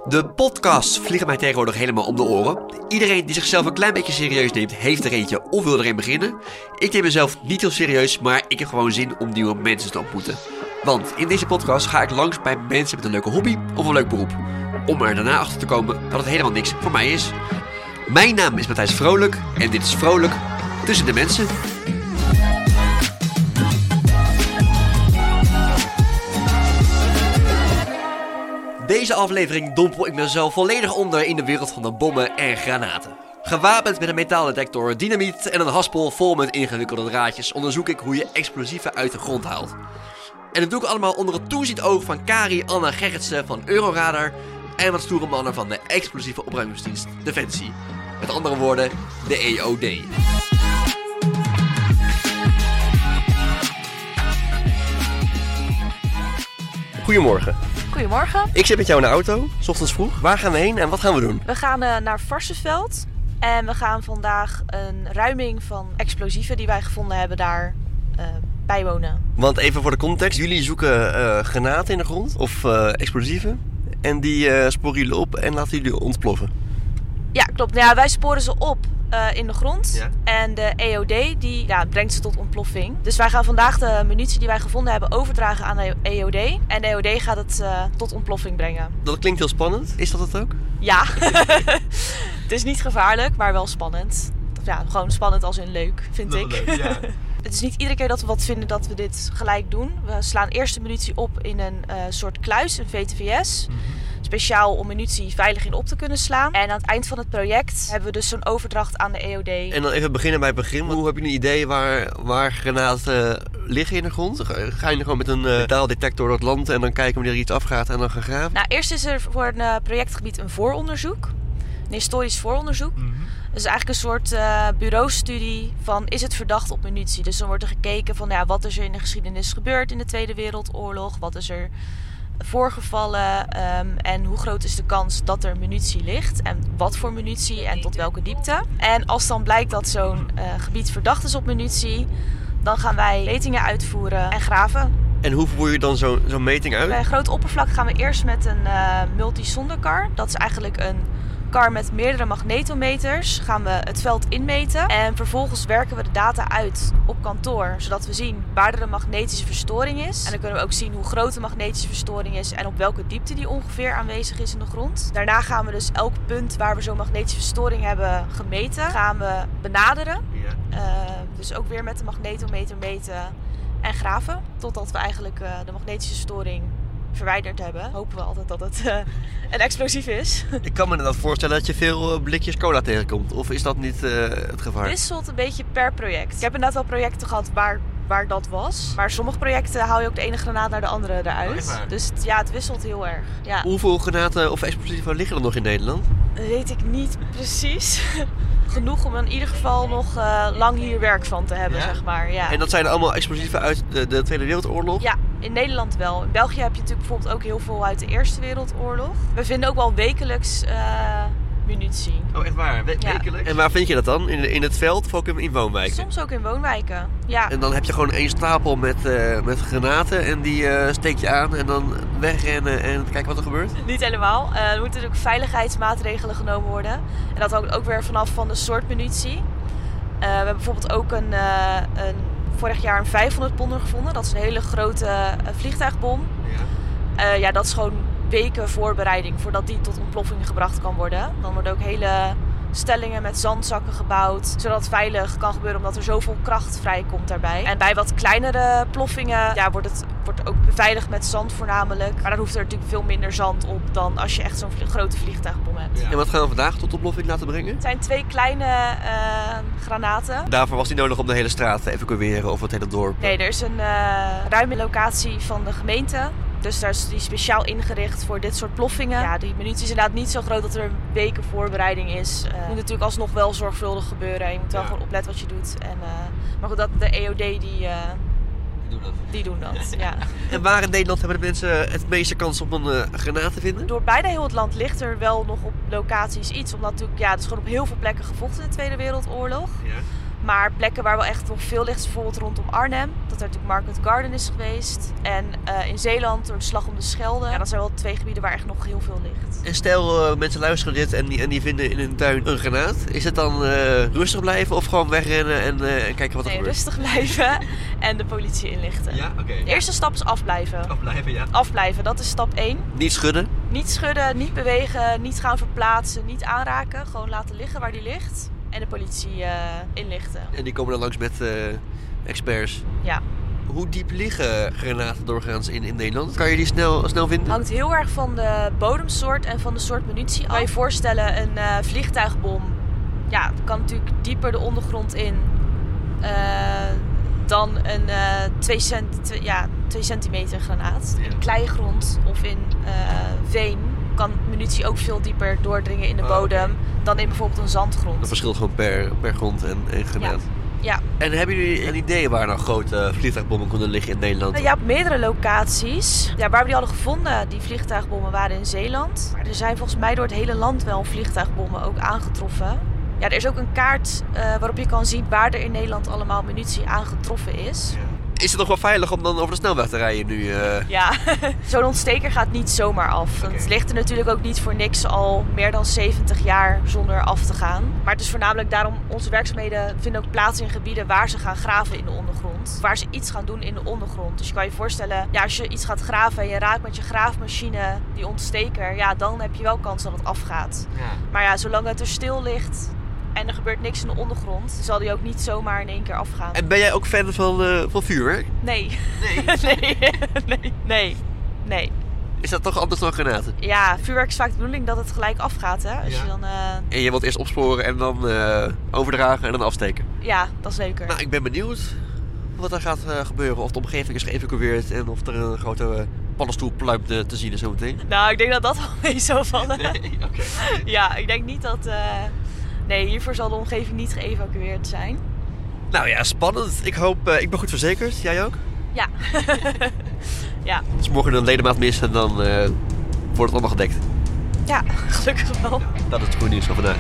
De podcasts vliegen mij tegenwoordig helemaal om de oren. Iedereen die zichzelf een klein beetje serieus neemt, heeft er eentje of wil er een beginnen. Ik neem mezelf niet heel serieus, maar ik heb gewoon zin om nieuwe mensen te ontmoeten. Want in deze podcast ga ik langs bij mensen met een leuke hobby of een leuk beroep. Om er daarna achter te komen dat het helemaal niks voor mij is. Mijn naam is Matthijs Vrolijk en dit is Vrolijk tussen de mensen. Deze aflevering dompel ik mezelf volledig onder in de wereld van de bommen en granaten. Gewapend met een metaaldetector, dynamiet en een haspel vol met ingewikkelde draadjes onderzoek ik hoe je explosieven uit de grond haalt. En dat doe ik allemaal onder het toeziend oog van Kari Anna Gerritsen van Euroradar en wat stoere mannen van de explosieve opruimingsdienst Defensie. Met andere woorden, de EOD. Goedemorgen. Goedemorgen. Ik zit met jou in de auto, 's ochtends vroeg. Waar gaan we heen en wat gaan we doen? We gaan naar Varsseveld en we gaan vandaag een ruiming van explosieven die wij gevonden hebben daar bijwonen. Want even voor de context, jullie zoeken granaten in de grond of explosieven. En die sporen jullie op en laten jullie ontploffen. Ja, klopt. Ja, wij sporen ze op in de grond. Ja. En de EOD die brengt ze tot ontploffing. Dus wij gaan vandaag de munitie die wij gevonden hebben overdragen aan de EOD. En de EOD gaat het tot ontploffing brengen. Dat klinkt heel spannend. Is dat het ook? Ja, het is niet gevaarlijk, maar wel spannend. Ja, gewoon spannend als in leuk, vind ik. Leuk, ja. Het is niet iedere keer dat we wat vinden dat we dit gelijk doen. We slaan eerst de munitie op in een soort kluis, een VTVS. Speciaal om munitie veilig in op te kunnen slaan. En aan het eind van het project hebben we dus zo'n overdracht aan de EOD. En dan even beginnen bij het begin. Hoe heb je een idee waar granaten liggen in de grond? Ga je gewoon met een metaaldetector door het land en dan kijken wanneer er iets afgaat en dan gaan graven? Nou, eerst is er voor een projectgebied een vooronderzoek. Een historisch vooronderzoek. Dus eigenlijk een soort bureaustudie van is het verdacht op munitie. Dus dan wordt er gekeken van wat is er in de geschiedenis gebeurd in de Tweede Wereldoorlog. Wat is er voorgevallen en hoe groot is de kans dat er munitie ligt. En wat voor munitie en tot welke diepte. En als dan blijkt dat zo'n gebied verdacht is op munitie, dan gaan wij metingen uitvoeren en graven. En hoe voer je dan zo'n meting uit? Bij een groot oppervlak gaan we eerst met een multisonderkar. Dat is eigenlijk een kar met meerdere magnetometers. Gaan we het veld inmeten. En vervolgens werken we de data uit op kantoor. Zodat we zien waar er een magnetische verstoring is. En dan kunnen we ook zien hoe groot de magnetische verstoring is. En op welke diepte die ongeveer aanwezig is in de grond. Daarna gaan we dus elk punt waar we zo'n magnetische verstoring hebben gemeten, gaan we benaderen. Ja. Dus ook weer met de magnetometer meten en graven. Totdat we eigenlijk de magnetische storing verwijderd hebben. Hopen we altijd dat het een explosief is. Ik kan me inderdaad voorstellen dat je veel blikjes cola tegenkomt. Of is dat niet het gevaar? Wisselt een beetje per project. Ik heb inderdaad wel projecten gehad waar dat was. Maar sommige projecten haal je ook de ene granaat naar de andere eruit. Dus het wisselt heel erg. Ja. Hoeveel granaten of explosieven liggen er nog in Nederland? Dat weet ik niet precies. Genoeg om in ieder geval nog lang hier werk van te hebben, zeg maar. Ja. En dat zijn allemaal explosieven uit de Tweede Wereldoorlog? Ja, in Nederland wel. In België heb je natuurlijk bijvoorbeeld ook heel veel uit de Eerste Wereldoorlog. We vinden ook wel wekelijks munitie. Oh, echt waar? Wekelijks? En waar vind je dat dan? In het veld of ook in woonwijken? Soms ook in woonwijken, ja. En dan heb je gewoon één stapel met granaten en die steek je aan en dan wegrennen en kijken wat er gebeurt? Niet helemaal. Er moeten natuurlijk veiligheidsmaatregelen genomen worden. En dat hangt ook weer vanaf van de soort munitie. We hebben bijvoorbeeld ook vorig jaar een 500 ponder gevonden. Dat is een hele grote vliegtuigbom. Ja. Dat is gewoon weken voorbereiding voordat die tot ontploffing gebracht kan worden. Dan worden ook hele stellingen met zandzakken gebouwd, zodat het veilig kan gebeuren omdat er zoveel kracht vrijkomt daarbij. En bij wat kleinere ploffingen wordt ook beveiligd met zand voornamelijk. Maar dan hoeft er natuurlijk veel minder zand op dan als je echt zo'n grote vliegtuigbom hebt. Ja. En wat gaan we vandaag tot ontploffing laten brengen? Het zijn 2 kleine granaten. Daarvoor was die nodig om de hele straat te evacueren of het hele dorp? Nee, er is een ruime locatie van de gemeente. Dus daar is die speciaal ingericht voor dit soort ploffingen. Ja, die munitie is inderdaad niet zo groot dat er weken voorbereiding is. Het moet natuurlijk alsnog wel zorgvuldig gebeuren. Je moet wel gewoon opletten wat je doet. Maar goed, de EOD die doen dat. Ja. En waar in Nederland hebben de mensen het meeste kans op een granaat te vinden? Door bijna heel het land ligt er wel nog op locaties iets. Omdat natuurlijk, het is gewoon op heel veel plekken gevochten in de Tweede Wereldoorlog. Ja. Maar plekken waar wel echt nog veel ligt, is bijvoorbeeld rondom Arnhem. Dat er natuurlijk Market Garden is geweest. En in Zeeland door de Slag om de Schelde. Ja, dat zijn wel 2 gebieden waar echt nog heel veel ligt. En stel, mensen luisteren dit en die vinden in hun tuin een granaat. Is het dan rustig blijven of gewoon wegrennen en kijken wat er gebeurt? Rustig blijven en de politie inlichten. Ja, oké. De eerste stap is afblijven. Afblijven, ja. Afblijven, dat is stap 1. Niet schudden? Niet schudden, niet bewegen, niet gaan verplaatsen, niet aanraken. Gewoon laten liggen waar die ligt. En de politie inlichten. En die komen dan langs met experts. Ja. Hoe diep liggen granaten doorgaans in Nederland? Kan je die snel vinden? Hangt heel erg van de bodemsoort en van de soort munitie af. Kan je voorstellen, een vliegtuigbom kan natuurlijk dieper de ondergrond in dan een 2 centimeter granaat. Ja. In kleigrond of in veen kan munitie ook veel dieper doordringen in de bodem dan in bijvoorbeeld een zandgrond. Dat verschilt gewoon per grond en granaat. Ja. En hebben jullie een idee waar nou grote vliegtuigbommen konden liggen in Nederland? Ja, op meerdere locaties. Ja, waar we die hadden gevonden, die vliegtuigbommen waren in Zeeland. Maar er zijn volgens mij door het hele land wel vliegtuigbommen ook aangetroffen. Ja, er is ook een kaart waarop je kan zien waar er in Nederland allemaal munitie aangetroffen is. Ja. Is het nog wel veilig om dan over de snelweg te rijden nu? Ja, zo'n ontsteker gaat niet zomaar af. Want het ligt er natuurlijk ook niet voor niks al meer dan 70 jaar zonder af te gaan. Maar het is voornamelijk daarom, onze werkzaamheden vinden ook plaats in gebieden waar ze gaan graven in de ondergrond. Waar ze iets gaan doen in de ondergrond. Dus je kan je voorstellen, als je iets gaat graven en je raakt met je graafmachine die ontsteker, dan heb je wel kans dat het afgaat. Ja. Maar zolang het er stil ligt en er gebeurt niks in de ondergrond, zal die ook niet zomaar in één keer afgaan. En ben jij ook fan van vuurwerk? Nee. Nee. Is dat toch anders dan granaten? Ja, vuurwerk is vaak de bedoeling dat het gelijk afgaat, hè? Als je dan, En je wilt eerst opsporen en dan overdragen en dan afsteken? Ja, dat is leuker. Nou, ik ben benieuwd wat er gaat gebeuren. Of de omgeving is geëvacueerd en of er een grote paddenstoelpluim te zien is zometeen. Nou, ik denk dat dat wel mee zou vallen. Nee, oké. Ja, ik denk niet dat... Nee, hiervoor zal de omgeving niet geëvacueerd zijn. Nou ja, spannend. Ik hoop, ik ben goed verzekerd. Jij ook? Ja. Ja. Dus morgen een ledemaat mis en dan wordt het allemaal gedekt. Ja, gelukkig wel. Ja, dat is het goede nieuws van vandaag.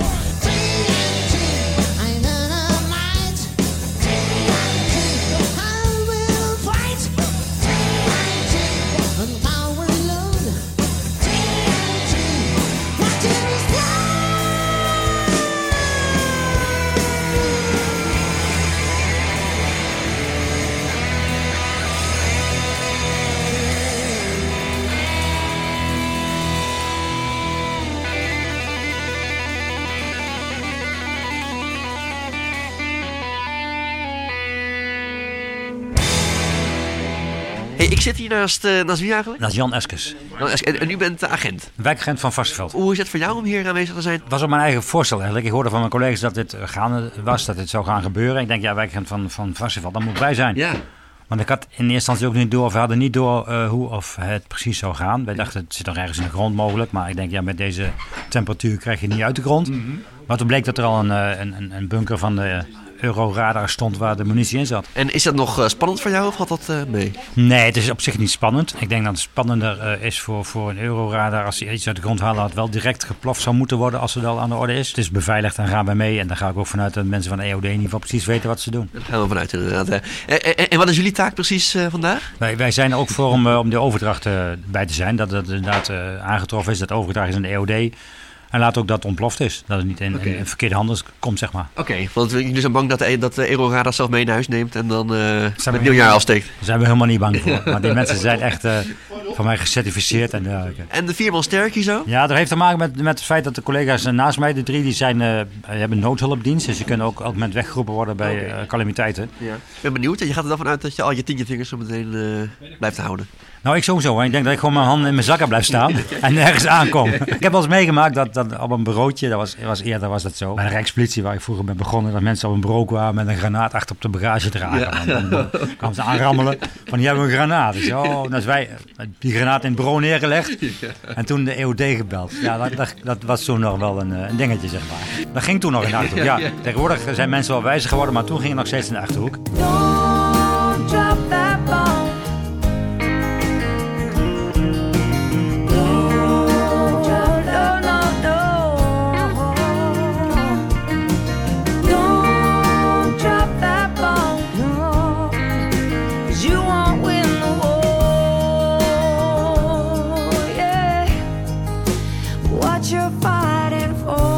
Hey, ik zit hier naast wie eigenlijk? Dat is Jan Eskes. En u bent agent? Wijkagent van Varsseveld. Hoe is het voor jou om hier aanwezig te zijn? Het was op mijn eigen voorstel eigenlijk. Ik hoorde van mijn collega's dat dit gaande was, dat dit zou gaan gebeuren. Ik denk, wijkagent van Varsseveld, dat moet bij zijn. Ja. Want ik had in eerste instantie ook niet door, of we hadden niet door hoe of het precies zou gaan. Wij dachten, het zit nog ergens in de grond mogelijk. Maar ik denk, met deze temperatuur krijg je niet uit de grond. Mm-hmm. Maar toen bleek dat er al een bunker van de Euroradar stond waar de munitie in zat. En is dat nog spannend voor jou of valt dat mee? Nee, het is op zich niet spannend. Ik denk dat het spannender is voor een Euroradar als die iets uit de grond halen, dat wel direct geploft zou moeten worden als het al aan de orde is. Het is beveiligd en gaan wij mee. En daar ga ik ook vanuit dat mensen van EOD in ieder geval precies weten wat ze doen. Daar gaan we vanuit inderdaad. En wat is jullie taak precies vandaag? Wij zijn er ook voor om de overdracht bij te zijn. Dat het inderdaad aangetroffen is, dat overdracht is aan de EOD. En laat ook dat het ontploft is. Dat het niet in verkeerde handen komt, zeg maar. Oké, want jullie zijn bang dat de Euroradar zelf mee naar huis neemt en dan met nieuwjaar afsteekt. Daar zijn we helemaal niet bang voor. Maar die mensen zijn echt van mij gecertificeerd. En de 4 man sterk hier zo? Ja, dat heeft te maken met het feit dat de collega's naast mij, de 3, die hebben noodhulpdienst. Dus die kunnen ook elk moment weggeroepen worden bij calamiteiten. Ja. Ik ben benieuwd. Je gaat er dan vanuit dat je al je 10 vingers zo meteen blijft houden. Nou, ik sowieso. Ik denk dat ik gewoon mijn handen in mijn zakken blijf staan en nergens aankom. Ik heb wel eens meegemaakt dat op een bureautje, eerder was dat zo, bij de Rijkspolitie waar ik vroeger ben begonnen, dat mensen op een bureau kwamen met een granaat achter op de bagage dragen. Ja. Dan kwamen ze aanrammelen van, die hebben een granaat. Dus, dus wij die granaat in het bureau neergelegd en toen de EOD gebeld. Ja, dat was toen nog wel een dingetje, zeg maar. Dat ging toen nog in de Achterhoek. Ja, tegenwoordig zijn mensen wel wijzer geworden, maar toen ging het nog steeds in de Achterhoek. Don't drop that ball. what you're fighting for.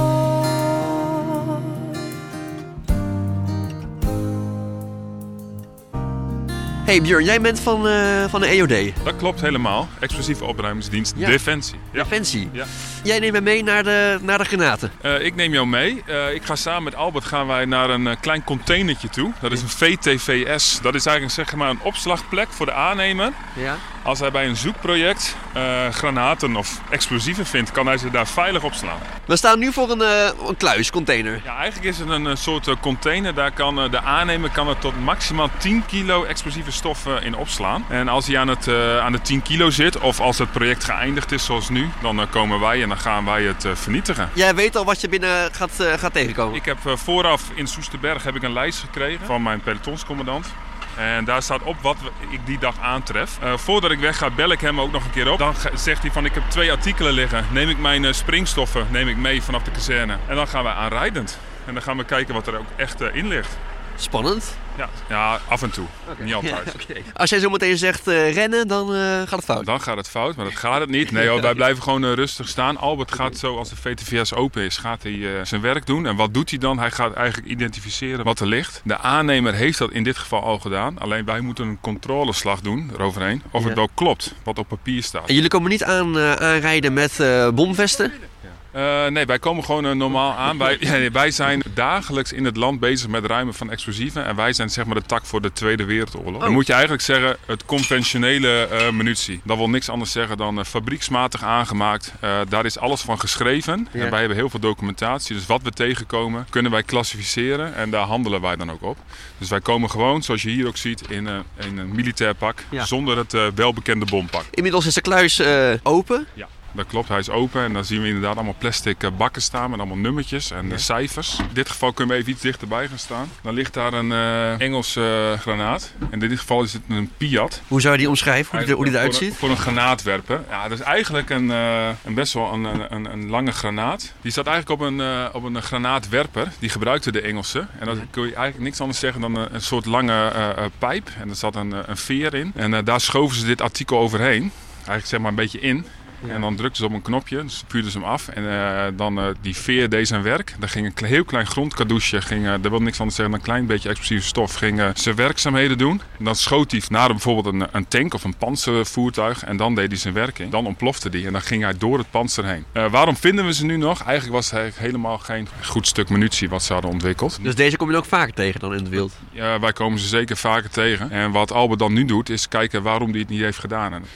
Hey Björn, jij bent van de EOD. Dat klopt helemaal. Explosieve opruimingsdienst Defensie. Ja. Defensie. Ja. Jij neemt me mee naar de granaten. Ik neem jou mee. Ik ga samen met Albert gaan wij naar een klein containertje toe. Dat is een VTVS. Dat is eigenlijk zeg maar een opslagplek voor de aannemer. Ja. Als hij bij een zoekproject granaten of explosieven vindt, kan hij ze daar veilig opslaan. We staan nu voor een kluiscontainer. Ja, eigenlijk is het een soort container. Daar kan de aannemer er tot maximaal 10 kilo explosieve stoffen in opslaan. En als hij aan de 10 kilo zit, of als het project geëindigd is zoals nu, dan komen wij en dan gaan wij het vernietigen. Jij weet al wat je binnen gaat tegenkomen? Ik heb vooraf in Soesterberg heb ik een lijst gekregen van mijn pelotonscommandant. En daar staat op wat ik die dag aantref. Voordat ik wegga bel ik hem ook nog een keer op. Dan zegt hij van ik heb 2 artikelen liggen. Neem ik mijn springstoffen mee vanaf de kazerne. En dan gaan we aanrijdend. En dan gaan we kijken wat er ook echt in ligt. Spannend. Ja, af en toe. Okay. Niet altijd. Ja, okay. Als jij zo meteen zegt rennen, dan gaat het fout. Dan gaat het fout, maar dat gaat het niet. Nee, wij blijven gewoon rustig staan. Albert gaat zo, als de VTVS open is, gaat hij zijn werk doen. En wat doet hij dan? Hij gaat eigenlijk identificeren wat er ligt. De aannemer heeft dat in dit geval al gedaan. Alleen wij moeten een controleslag doen eroverheen. Of het wel klopt, wat op papier staat. En jullie komen niet aanrijden met bomvesten? Nee, wij komen gewoon normaal aan. Wij zijn dagelijks in het land bezig met ruimen van explosieven. En wij zijn zeg maar de tak voor de Tweede Wereldoorlog. Dan moet je eigenlijk zeggen het conventionele munitie. Dat wil niks anders zeggen dan fabrieksmatig aangemaakt. Daar is alles van geschreven. Ja. En wij hebben heel veel documentatie. Dus wat we tegenkomen kunnen wij klassificeren. En daar handelen wij dan ook op. Dus wij komen gewoon, zoals je hier ook ziet, in een militair pak. Ja. Zonder het welbekende bompak. Inmiddels is de kluis open. Ja. Dat klopt, hij is open en dan zien we inderdaad allemaal plastic bakken staan met allemaal nummertjes en cijfers. In dit geval kunnen we even iets dichterbij gaan staan. Dan ligt daar een Engelse granaat. En in dit geval is het een Piat. Hoe zou je die omschrijven, hoe die eruit ziet? Voor een granaatwerper. Ja, dat is eigenlijk best wel een lange granaat. Die staat eigenlijk op een granaatwerper. Die gebruikten de Engelsen. En dat kun je eigenlijk niks anders zeggen dan een soort lange pijp. En er zat een veer in. En daar schoven ze dit artikel overheen. Eigenlijk zeg maar een beetje in. Ja. En dan drukten ze op een knopje, dus vuurden ze hem af. En dan die veer deed zijn werk. Daar ging een heel klein grondkadoesje, dat wil niks anders zeggen dan een klein beetje explosieve stof, ging zijn werkzaamheden doen. En dan schoot hij naar bijvoorbeeld een tank of een panzervoertuig. En dan deed hij zijn werking. Dan ontplofte die en dan ging hij door het panzer heen. Waarom vinden we ze nu nog? Eigenlijk was het helemaal geen goed stuk munitie wat ze hadden ontwikkeld. Dus deze kom je ook vaker tegen dan in het wild? Ja, wij komen ze zeker vaker tegen. En wat Albert dan nu doet, is kijken waarom hij het niet heeft gedaan. En,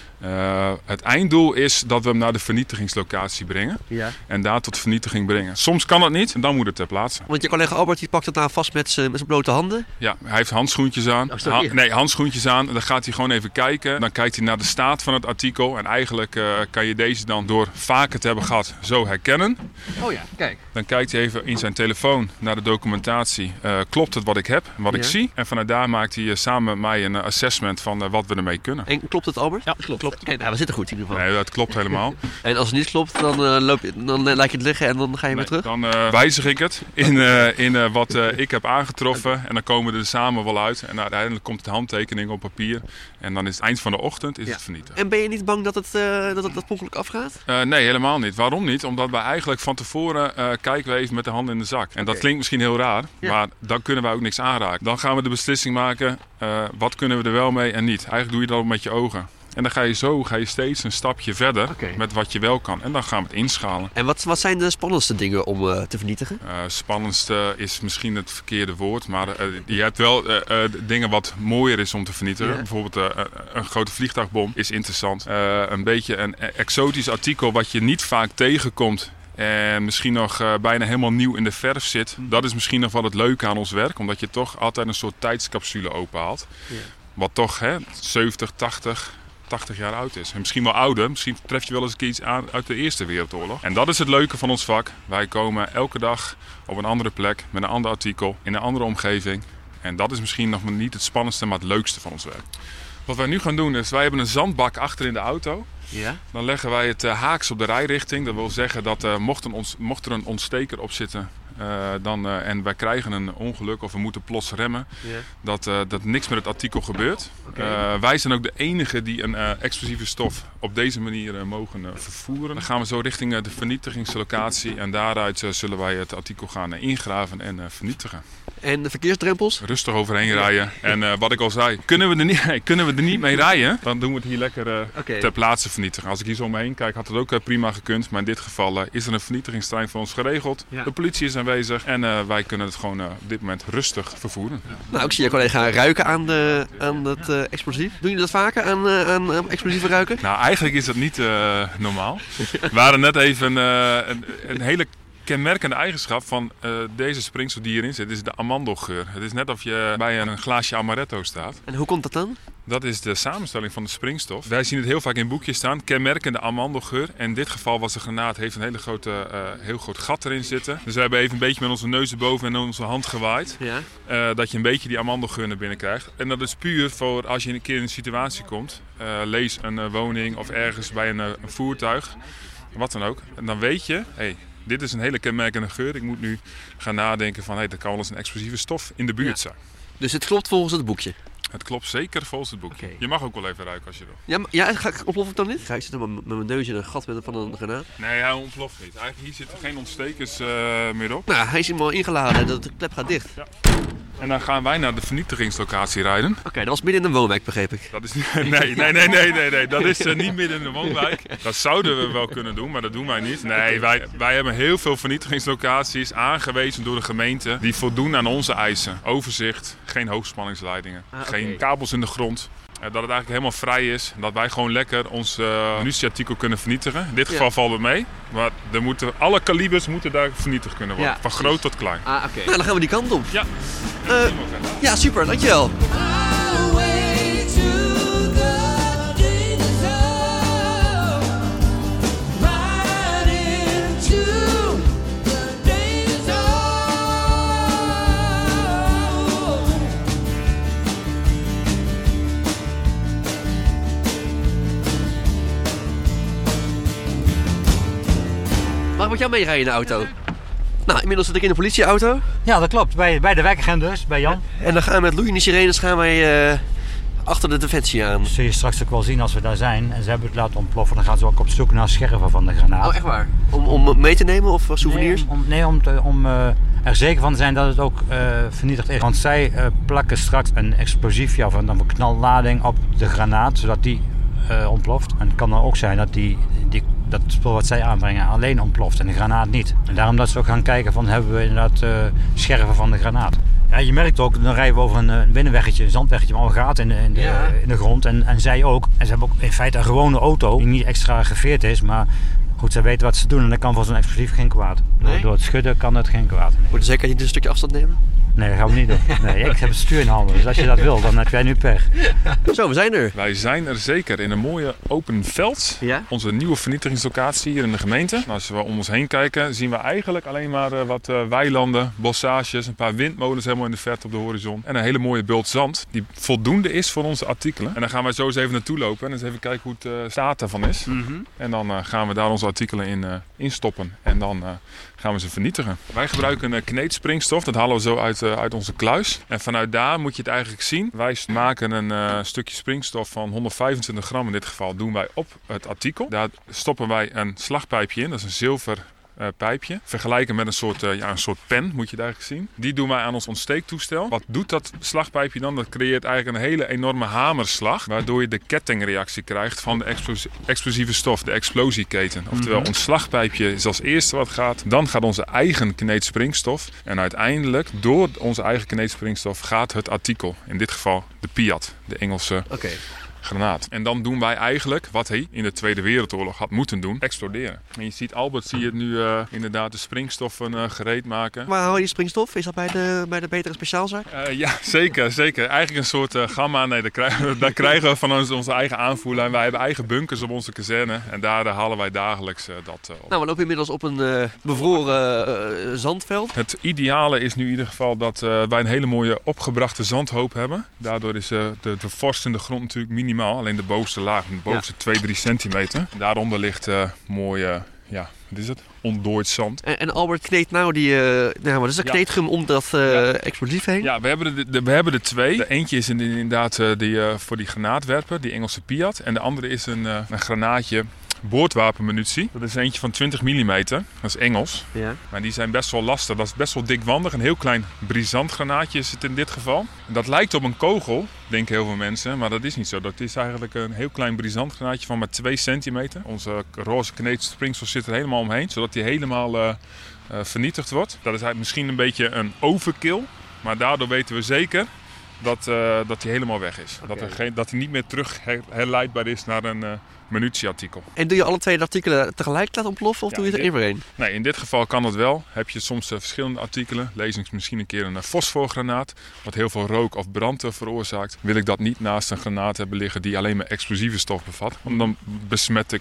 het einddoel is dat we hem naar de vernietigingslocatie brengen. Ja. En daar tot vernietiging brengen. Soms kan dat niet en dan moet het ter plaatse. Want je collega Albert die pakt het nou vast met zijn blote handen? Ja, hij heeft handschoentjes aan. Handschoentjes aan. Dan gaat hij gewoon even kijken. Dan kijkt hij naar de staat van het artikel. En eigenlijk kan je deze dan door vaker te hebben gehad zo herkennen. Oh ja, kijk. Dan kijkt hij even in zijn telefoon naar de documentatie. Klopt het wat ik heb en wat ik zie? En vanuit daar maakt hij samen met mij een assessment van wat we ermee kunnen. En klopt het, Albert? Ja, klopt. Kijk, nou, we zitten goed in ieder geval. Nee, dat klopt helemaal. En als het niet klopt, dan laat je het liggen en dan ga je weer terug? Dan wijzig ik het in wat ik heb aangetroffen. En dan komen we er samen wel uit. En uiteindelijk komt de handtekening op papier. En dan is het eind van de ochtend het vernietigd. En ben je niet bang dat het ongeluk afgaat? Nee, helemaal niet. Waarom niet? Omdat wij eigenlijk van tevoren kijken we even met de handen in de zak. En dat klinkt misschien heel raar, maar dan kunnen wij ook niks aanraken. Dan gaan we de beslissing maken, wat kunnen we er wel mee en niet. Eigenlijk doe je dat ook met je ogen. En dan ga je steeds een stapje verder met wat je wel kan. En dan gaan we het inschalen. En wat zijn de spannendste dingen om te vernietigen? Spannendste is misschien het verkeerde woord. Maar je hebt wel dingen wat mooier is om te vernietigen. Yeah. Bijvoorbeeld een grote vliegtuigbom is interessant. Een beetje een exotisch artikel wat je niet vaak tegenkomt. En misschien nog bijna helemaal nieuw in de verf zit. Dat is misschien nog wel het leuke aan ons werk. Omdat je toch altijd een soort tijdscapsule openhaalt. Yeah. Wat toch 70, 80 jaar oud is. En misschien wel ouder. Misschien tref je wel eens een keer iets aan uit de Eerste Wereldoorlog. En dat is het leuke van ons vak. Wij komen elke dag op een andere plek met een ander artikel in een andere omgeving. En dat is misschien nog niet het spannendste, maar het leukste van ons werk. Wat wij nu gaan doen is, wij hebben een zandbak achter in de auto. Ja? Dan leggen wij het haaks op de rijrichting. Dat wil zeggen dat mocht er een ontsteker op zitten en wij krijgen een ongeluk of we moeten plots remmen, dat niks met het artikel gebeurt. Wij zijn ook de enigen die een explosieve stof op deze manier mogen vervoeren. Dan gaan we zo richting de vernietigingslocatie en daaruit zullen wij het artikel gaan ingraven en vernietigen. En de verkeersdrempels? Rustig overheen rijden. En wat ik al zei, kunnen we er niet mee rijden, dan doen we het hier lekker ter plaatse vernietigen. Als ik hier zo omheen kijk, had het ook prima gekund. Maar in dit geval is er een vernietigingsterrein voor ons geregeld. Ja. De politie is aanwezig en wij kunnen het gewoon op dit moment rustig vervoeren. Ja. Nou, ik zie je collega ruiken aan het explosief. Doen jullie dat vaker aan explosieve ruiken? Nou, eigenlijk is dat niet normaal. We waren net even een hele kenmerkende eigenschap van deze springstof die hierin zit, is de amandelgeur. Het is net of je bij een glaasje amaretto staat. En hoe komt dat dan? Dat is de samenstelling van de springstof. Wij zien het heel vaak in boekjes staan, kenmerkende amandelgeur. En in dit geval was de granaat heeft een heel groot gat erin zitten. Dus we hebben even een beetje met onze neus erboven en onze hand gewaaid. Ja. Dat je een beetje die amandelgeur naar binnen krijgt. En dat is puur voor als je een keer in een situatie komt. Lees een woning of ergens bij een voertuig. Wat dan ook. En dan weet je, dit is een hele kenmerkende geur. Ik moet nu gaan nadenken van, er kan wel eens een explosieve stof in de buurt zijn. Dus het klopt volgens het boekje? Het klopt zeker volgens het boekje. Okay. Je mag ook wel even ruiken als je wil. Ja, ontplof ik dan niet? Ik zit met mijn neus in een gat van een granaat. Nee, hij ontploft niet. Eigenlijk hier zitten geen ontstekers meer op. Nou, hij is helemaal ingeladen. De klep gaat dicht. Ja. En dan gaan wij naar de vernietigingslocatie rijden. Oké, dat was midden in een woonwijk, begreep ik. Dat is nee. Dat is niet midden in de woonwijk. Dat zouden we wel kunnen doen, maar dat doen wij niet. Nee, wij hebben heel veel vernietigingslocaties aangewezen door de gemeente die voldoen aan onze eisen. Overzicht, geen hoogspanningsleidingen, geen kabels in de grond. Dat het eigenlijk helemaal vrij is. Dat wij gewoon lekker ons munitieartikel kunnen vernietigen. In dit geval valt het mee. Maar alle kalibers moeten daar vernietigd kunnen worden. Van groot tot klein. Ah, oké. Nou, dan gaan we die kant op. Ja. Ja, super. Dankjewel. Mag ik met jou meerijden in de auto? Nou, inmiddels zit ik in de politieauto. Ja, dat klopt. Bij de wegagent dus, bij Jan. En dan gaan we met loeiende sirenes achter de defensie aan. Dat zul je straks ook wel zien als we daar zijn. En ze hebben het laten ontploffen. Dan gaan ze ook op zoek naar scherven van de granaat. Oh, echt waar? Om mee te nemen of souvenirs? Om er zeker van te zijn dat het ook vernietigd is. Want zij plakken straks een explosiefje of een knallading op de granaat, zodat die ontploft. En het kan dan ook zijn dat dat spul wat zij aanbrengen alleen ontploft en de granaat niet. En daarom dat ze ook gaan kijken van, hebben we inderdaad scherven van de granaat. Ja, je merkt ook, dan rijden we over een binnenweggetje, een zandweggetje, maar al gaten in de grond. En zij ook. En ze hebben ook in feite een gewone auto die niet extra geveerd is, maar goed, ze weten wat ze doen en dan kan voor zo'n explosief geen kwaad. Nee? Door het schudden kan het geen kwaad. Nee. Moet je zeker niet een stukje afstand nemen? Nee, dat gaan we niet doen. Nee, ik heb het stuur in handen, dus als je dat wil, dan heb jij nu pech. Zo, we zijn er. Wij zijn er zeker in een mooie open veld. Ja? Onze nieuwe vernietigingslocatie hier in de gemeente. Als we om ons heen kijken, zien we eigenlijk alleen maar wat weilanden, bossages, een paar windmolens helemaal in de verte op de horizon. En een hele mooie bult zand, die voldoende is voor onze artikelen. En dan gaan wij zo eens even naartoe lopen en eens even kijken hoe het staat daarvan is. Mm-hmm. En dan gaan we daar onze artikelen in stoppen. En dan gaan we ze vernietigen. Wij gebruiken een kneedspringstof, dat halen we zo uit onze kluis. En vanuit daar moet je het eigenlijk zien. Wij maken een stukje springstof van 125 gram in dit geval, doen wij op het artikel. Daar stoppen wij een slagpijpje in, dat is een zilver pijpje. Vergelijken met een soort pen, moet je het eigenlijk zien. Die doen wij aan ons ontsteektoestel. Wat doet dat slagpijpje dan? Dat creëert eigenlijk een hele enorme hamerslag, waardoor je de kettingreactie krijgt van de explosieve stof, de explosieketen. Oftewel, ons slagpijpje is als eerste wat gaat. Dan gaat onze eigen kneedspringstof. En uiteindelijk, door onze eigen kneedspringstof, gaat het artikel. In dit geval de Piat, de Engelse granaat. En dan doen wij eigenlijk wat hij in de Tweede Wereldoorlog had moeten doen, exploderen. En je ziet Albert nu inderdaad de springstoffen gereed maken. Waar hou je die springstof? Is dat bij de betere speciaalzaak? Ja, zeker. Eigenlijk een soort gamma. Nee, daar krijgen we van onze eigen aanvoerlijn. Wij hebben eigen bunkers op onze kazerne en daar halen wij dagelijks dat op. Nou, we lopen inmiddels op een bevroren zandveld. Het ideale is nu in ieder geval dat wij een hele mooie opgebrachte zandhoop hebben. Daardoor is de vorst in de grond natuurlijk minimaal minimaal. Alleen de bovenste laag, de bovenste 2-3 centimeter. Daaronder ligt mooi, wat is het? Ontdooid zand. En Albert kneedt nou wat is dat? Kneedgum om dat explosief heen? Ja, we hebben er 2. De eentje is inderdaad voor die granaatwerper, die Engelse Piat. En de andere is een granaatje boordwapenmunitie. Dat is eentje van 20 mm. Dat is Engels. Ja. Maar die zijn best wel lastig. Dat is best wel dikwandig. Een heel klein brisant granaatje is het in dit geval. Dat lijkt op een kogel, denken heel veel mensen. Maar dat is niet zo. Dat is eigenlijk een heel klein brisant granaatje van maar 2 centimeter. Onze roze kneedspringsel zit er helemaal omheen. Zodat die helemaal vernietigd wordt. Dat is misschien een beetje een overkill. Maar daardoor weten we zeker dat hij helemaal weg is. Okay. Dat hij niet meer terug herleidbaar is naar een munitieartikel. En doe je alle 2 de artikelen tegelijk laten ontploffen of doe je er één voor één? Nee, in dit geval kan dat wel. Heb je soms verschillende artikelen. Lezings misschien een keer een fosforgranaat. Wat heel veel rook of brand veroorzaakt. Wil ik dat niet naast een granaat hebben liggen die alleen maar explosieve stof bevat. Want dan besmet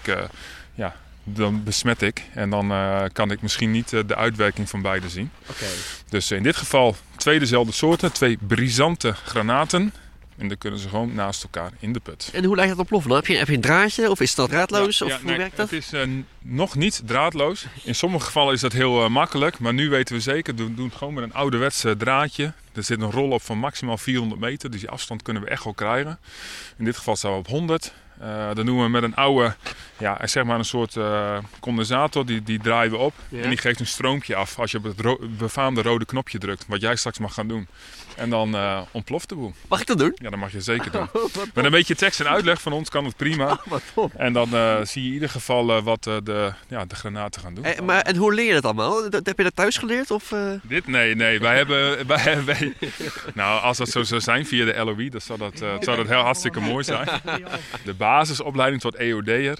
ik. En dan kan ik misschien niet de uitwerking van beide zien. Okay. Dus in dit geval 2 dezelfde soorten. 2 brisante granaten. En dan kunnen ze gewoon naast elkaar in de put. En hoe lijkt dat ontploffen? Heb je een draadje of is dat draadloos? Hoe werkt dat? Het is nog niet draadloos. In sommige gevallen is dat heel makkelijk. Maar nu weten we zeker, we doen het gewoon met een ouderwetse draadje. Er zit een rol op van maximaal 400 meter. Dus die afstand kunnen we echt wel krijgen. In dit geval staan we op 100. Dat doen we met een oude, zeg maar een soort condensator. Die draaien we op. Ja. En die geeft een stroompje af als je op het befaamde rode knopje drukt. Wat jij straks mag gaan doen. En dan ontploft de boel. Mag ik dat doen? Ja, dat mag je zeker doen. Met een beetje tekst en uitleg van ons kan het prima. En dan zie je in ieder geval wat de granaten gaan doen. En hoe leer je dat allemaal? Heb je dat thuis geleerd? Of, Dit? Nee. Wij hebben nou, als dat zo zou zijn via de LOI, dan zou dat heel hartstikke mooi zijn. De basisopleiding tot EOD'er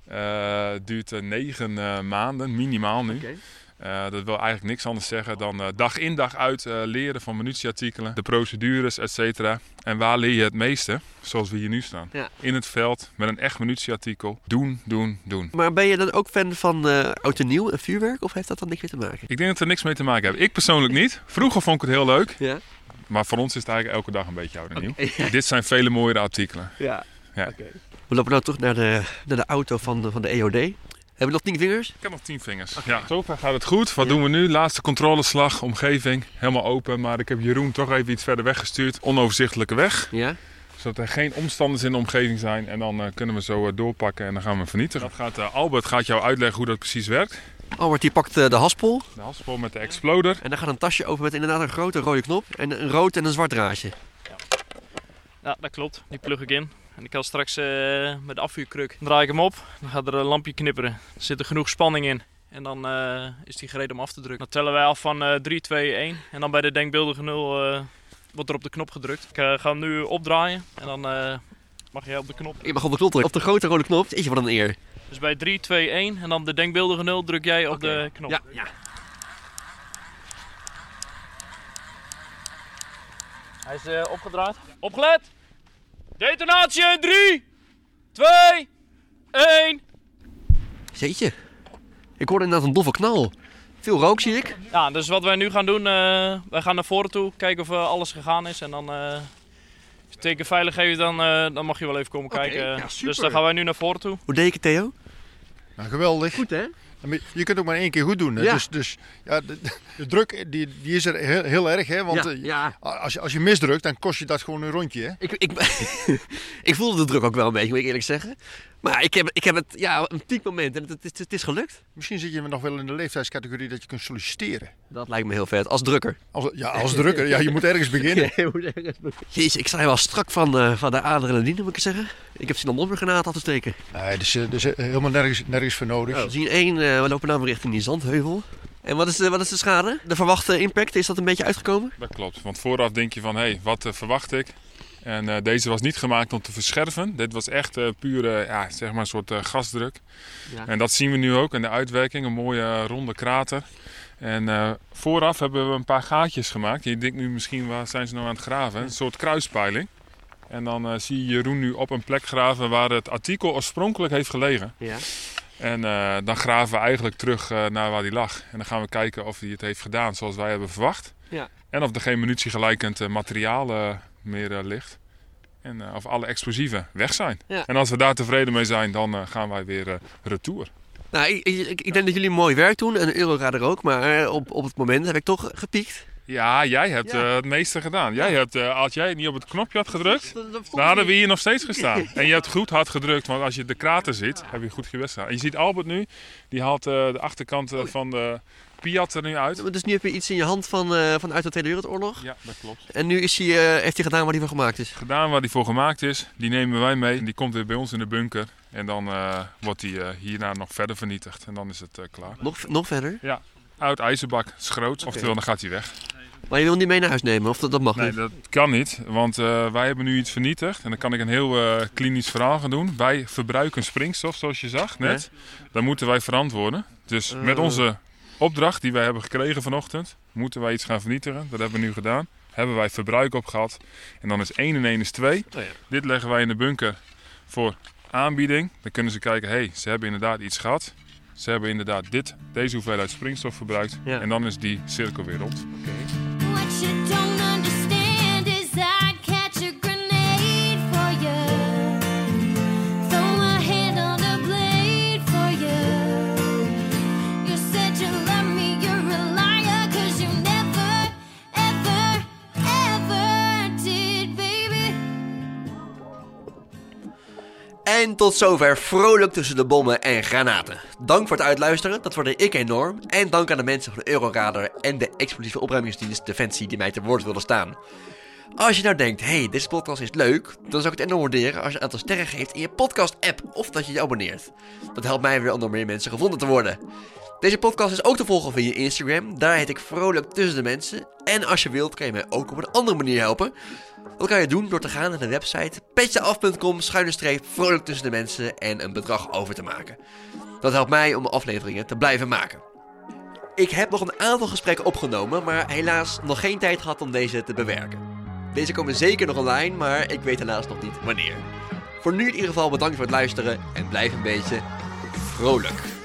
duurt 9 maanden, minimaal nu. Okay. Dat wil eigenlijk niks anders zeggen dan dag in dag uit leren van munitieartikelen, de procedures, et cetera. En waar leer je het meeste? Zoals we hier nu staan. Ja. In het veld, met een echt munitieartikel. Doen. Maar ben je dan ook fan van oud en nieuw en vuurwerk? Of heeft dat dan niks mee te maken? Ik denk dat er niks mee te maken heeft. Ik persoonlijk niet. Vroeger vond ik het heel leuk. Ja. Maar voor ons is het eigenlijk elke dag een beetje oud en nieuw. Ja. Dit zijn vele mooiere artikelen. Ja. Okay. We lopen nou toch naar de auto van de EOD. Hebben we nog 10 vingers? Ik heb nog 10 vingers. Okay. Ja. Zover gaat het goed. Wat doen we nu? Laatste controleslag, omgeving, helemaal open. Maar ik heb Jeroen toch even iets verder weggestuurd. Onoverzichtelijke weg. Ja. Zodat er geen omstanders in de omgeving zijn. En dan kunnen we zo doorpakken en dan gaan we vernietigen. Albert gaat jou uitleggen hoe dat precies werkt. Albert die pakt de haspel. De haspel met de exploder. En daar gaat een tasje over met inderdaad een grote rode knop. En een rood en een zwart draadje. Ja, dat klopt. Die plug ik in. En ik kan straks met de afvuurkruk draai ik hem op. Dan gaat er een lampje knipperen. Er zit er genoeg spanning in. En dan is die gereed om af te drukken. Dan tellen wij af van 3, 2, 1. En dan bij de denkbeeldige 0 wordt er op de knop gedrukt. Ik ga hem nu opdraaien. En dan mag jij op de knop. Je mag op de knop drukken. Op de grote rode knop. Jeetje, wat een eer. Dus bij 3, 2, 1. En dan de denkbeeldige 0 druk jij op de knop. Ja. Hij is opgedraaid. Opgelet! Detonatie in 3, 2, 1. Jeetje. Ik hoorde inderdaad een doffe knal. Veel rook zie ik. Ja, dus wat wij nu gaan doen, wij gaan naar voren toe. Kijken of alles gegaan is. En dan, als je het teken veilig geeft, dan mag je wel even komen kijken. Ja, dus dan gaan wij nu naar voren toe. Hoe deed ik het, Theo? Nou, geweldig. Goed, hè? Je kunt ook maar 1 keer goed doen. Hè? Ja. Dus de druk die is er heel erg. Hè? Want als je misdrukt, dan kost je dat gewoon een rondje. Hè? Ik voelde de druk ook wel een beetje, moet ik eerlijk zeggen. Maar ik heb het een piekmoment en het is gelukt. Misschien zit je nog wel in de leeftijdscategorie dat je kunt solliciteren. Dat lijkt me heel vet. Als drukker. Als drukker. Ja, je moet ergens beginnen. Jezus, ik sta wel strak van de adrenaline, moet ik zeggen. Ik heb zin om nog een granaat af te steken. Nee, dus helemaal nergens voor nodig. We zien 1, we lopen nou richting die zandheuvel. En wat is de schade? De verwachte impact, is dat een beetje uitgekomen? Dat klopt, want vooraf denk je van, wat verwacht ik? En deze was niet gemaakt om te verscherven. Dit was echt pure, zeg maar een soort gasdruk. Ja. En dat zien we nu ook in de uitwerking. Een mooie ronde krater. En vooraf hebben we een paar gaatjes gemaakt. Je denkt nu misschien, waar zijn ze nou aan het graven? Een soort kruispeiling. En dan zie je Jeroen nu op een plek graven waar het artikel oorspronkelijk heeft gelegen. Ja. En dan graven we eigenlijk terug naar waar die lag. En dan gaan we kijken of hij het heeft gedaan zoals wij hebben verwacht. Ja. En of er geen munitiegelijkend materiaal meer ligt. of alle explosieven weg zijn. Ja. En als we daar tevreden mee zijn, dan gaan wij weer retour. Nou, ik denk dat jullie mooi werk doen en de Euroradar ook, maar op het moment heb ik toch gepiekt. Ja, jij hebt het meeste gedaan. Jij hebt, als jij niet op het knopje had gedrukt, dan hadden we hier nog steeds gestaan. En je hebt goed hard gedrukt, want als je de krater ziet, heb je goed gewedstrijd. En je ziet Albert nu, die haalt de achterkant van de Piat er nu uit. Dus nu heb je iets in je hand vanuit de Tweede Wereldoorlog. Ja, dat klopt. En nu heeft hij gedaan waar hij voor gemaakt is. Gedaan waar hij voor gemaakt is, die nemen wij mee. Die komt weer bij ons in de bunker. En dan wordt die hierna nog verder vernietigd. En dan is het klaar. Nog verder? Ja, oud ijzerbak, is groot. Okay. Oftewel, dan gaat hij weg. Maar je wil hem niet mee naar huis nemen? Of dat mag niet? Nee, dat kan niet. Want wij hebben nu iets vernietigd. En dan kan ik een heel klinisch verhaal gaan doen. Wij verbruiken springstof, zoals je zag net. Ja. Daar moeten wij verantwoorden. Dus met onze opdracht die wij hebben gekregen vanochtend, moeten wij iets gaan vernietigen. Dat hebben we nu gedaan. Hebben wij verbruik op gehad. En dan is 1 en 1 is 2. Oh ja. Dit leggen wij in de bunker voor aanbieding. Dan kunnen ze kijken, ze hebben inderdaad iets gehad. Ze hebben inderdaad deze hoeveelheid springstof verbruikt. Ja. En dan is die cirkel weer rond. Okay. En tot zover Vrolijk tussen de bommen en granaten. Dank voor het uitluisteren, dat waardeer ik enorm. En dank aan de mensen van de Euroradar en de explosieve opruimingsdienst Defensie die mij te woord wilden staan. Als je nou denkt, deze podcast is leuk, dan zou ik het enorm waarderen als je een aantal sterren geeft in je podcast-app of dat je je abonneert. Dat helpt mij weer om door meer mensen gevonden te worden. Deze podcast is ook te volgen via Instagram, daar heet ik Vrolijk tussen de mensen. En als je wilt, kan je mij ook op een andere manier helpen. Dat kan je doen door te gaan naar de website petjeaf.com/vrolijk tussen de mensen en een bedrag over te maken. Dat helpt mij om afleveringen te blijven maken. Ik heb nog een aantal gesprekken opgenomen, maar helaas nog geen tijd gehad om deze te bewerken. Deze komen zeker nog online, maar ik weet helaas nog niet wanneer. Voor nu in ieder geval bedankt voor het luisteren en blijf een beetje vrolijk.